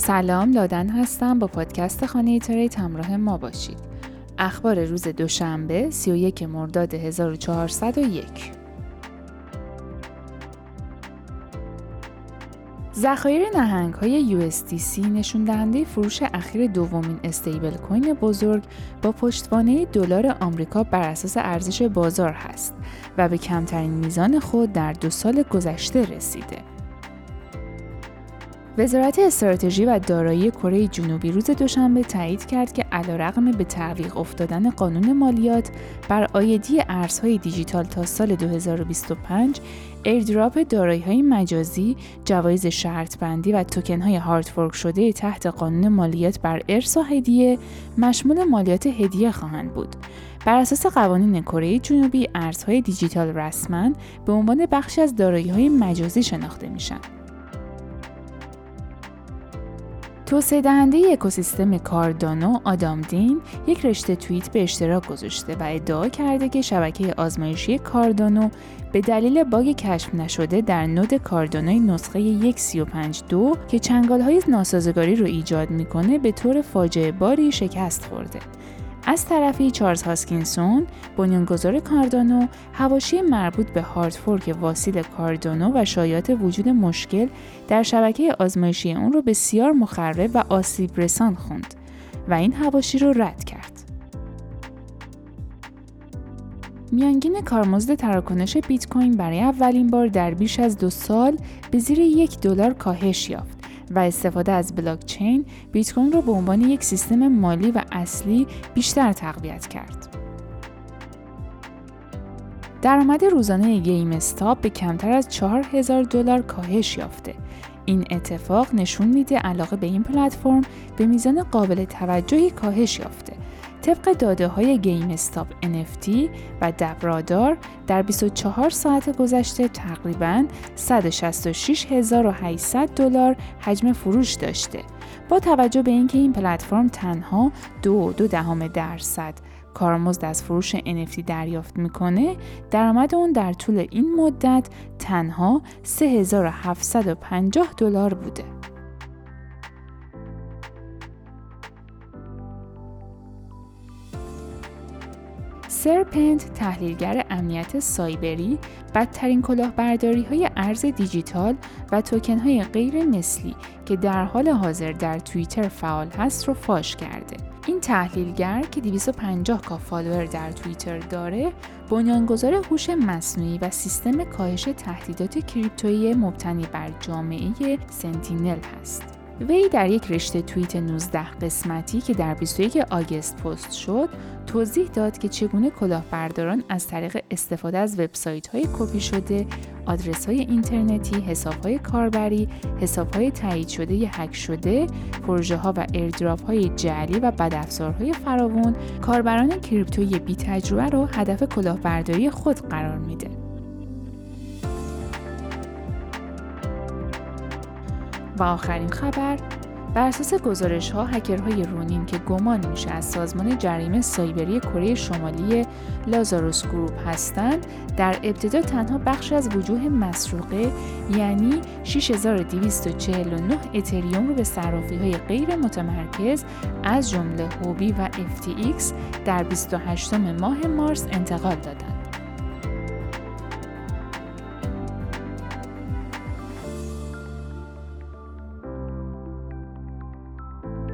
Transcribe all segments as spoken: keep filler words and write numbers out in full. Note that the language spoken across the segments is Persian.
سلام، لادن هستم. با پادکست خانه ترید همراه ما باشید. اخبار روز دوشنبه سی و یک مرداد هزار و چهارصد و یک. ذخایر نهنگ‌های یو اس دی سی نشون دهنده فروش اخیر دومین استیبل کوین بزرگ با پشتوانه دلار آمریکا بر اساس ارزش بازار هست و به کمترین میزان خود در دو سال گذشته رسیده. وزارت استراتژی و دارایی کره جنوبی روز دوشنبه تایید کرد که علیرغم به تعویق افتادن قانون مالیات بر عایدی ارزهای دیجیتال تا سال دو هزار و بیست و پنج، ایردراپ دارایی‌های مجازی، جوایز شرط بندی و توکن‌های هارد فورک شده تحت قانون مالیات بر ارث و هدیه مشمول مالیات هدیه خواهند بود. بر اساس قوانین کره جنوبی، ارزهای دیجیتال رسماً به عنوان بخشی از دارایی‌های مجازی شناخته میشن. توسعه دهنده اکوسیستم کاردانو آدام دین یک رشته توییت به اشتراک گذاشته و ادعا کرده که شبکه آزمایشی کاردانو به دلیل باگ کشف نشده در نود کاردانوی نسخه یک سی و پنج دو که چنگال‌های ناسازگاری رو ایجاد میکنه به طور فاجعه باری شکست خورده. از طرفی چارلز هاسکینسون، بنیانگذار کاردانو، حواشی مربوط به هارد فورک واسیل کاردانو و شایعات وجود مشکل در شبکه آزمایشی اون رو بسیار مخرب و آسیب رسان خوند و این حواشی رو رد کرد. میانگین کارمزد تراکنش بیت کوین برای اولین بار در بیش از دو سال به زیر یک دلار کاهش یافت و استفاده از بلاک چین بیت کوین را به عنوان یک سیستم مالی و اصلی بیشتر تقویت کرد. درآمد روزانه گیم استاپ به کمتر از چهار هزار دلار کاهش یافته. این اتفاق نشون میده علاقه به این پلتفرم به میزان قابل توجهی کاهش یافته. طبق داده‌های گیم استاپ ان اف تی و دبرادار در بیست و چهار ساعت گذشته تقریباً صد و شصت و شش هزار و هشتصد دلار حجم فروش داشته. با توجه به اینکه این پلتفرم تنها دو و دو دهم درصد کارمزد از فروش ان اف تی دریافت میکنه، درآمد اون در طول این مدت تنها سه هزار و هفتصد و پنجاه دلار بوده. سرپنت، تحلیلگر امنیت سایبری، بدترین کلاهبرداری‌های ارز دیجیتال و توکن‌های غیر مثلی که در حال حاضر در توییتر فعال هست رو فاش کرده. این تحلیلگر که دویست و پنجاه کا فالوور در توییتر داره، بنیانگذار هوش مصنوعی و سیستم کاهش تهدیدات کریپتویی مبتنی بر جامعه سنتینل هست. وی در یک رشته توییت نوزده قسمتی که در بیست و یک آگوست پست شد، توضیح داد که چگونه کلاهبرداران از طریق استفاده از وبسایت‌های کپی شده، آدرس‌های اینترنتی، حساب‌های کاربری، حساب‌های تایید شده یا هک شده، پروژه‌ها و ایردراپ‌های جعلی و بدافزارهای فراوان کاربران کریپتویی بی‌تجربه را هدف کلاهبرداری خود قرار میده. و آخرین خبر، بر اساس گزارش‌ها هکرهای رونین که گمان میشه از سازمان جرایم سایبری کره شمالی لازاروس گروپ هستند، در ابتدا تنها بخش از وجوه مسروقه یعنی شش هزار و دویست و چهل و نه اتریوم رو به صرافی‌های غیر متمرکز از جمله هوبی و اف تی ایکس در بیست و هشتم ماه مارس انتقال دادند.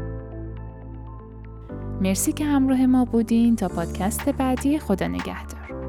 مرسی که همراه ما بودین. تا پادکست بعدی، خدا نگهدار.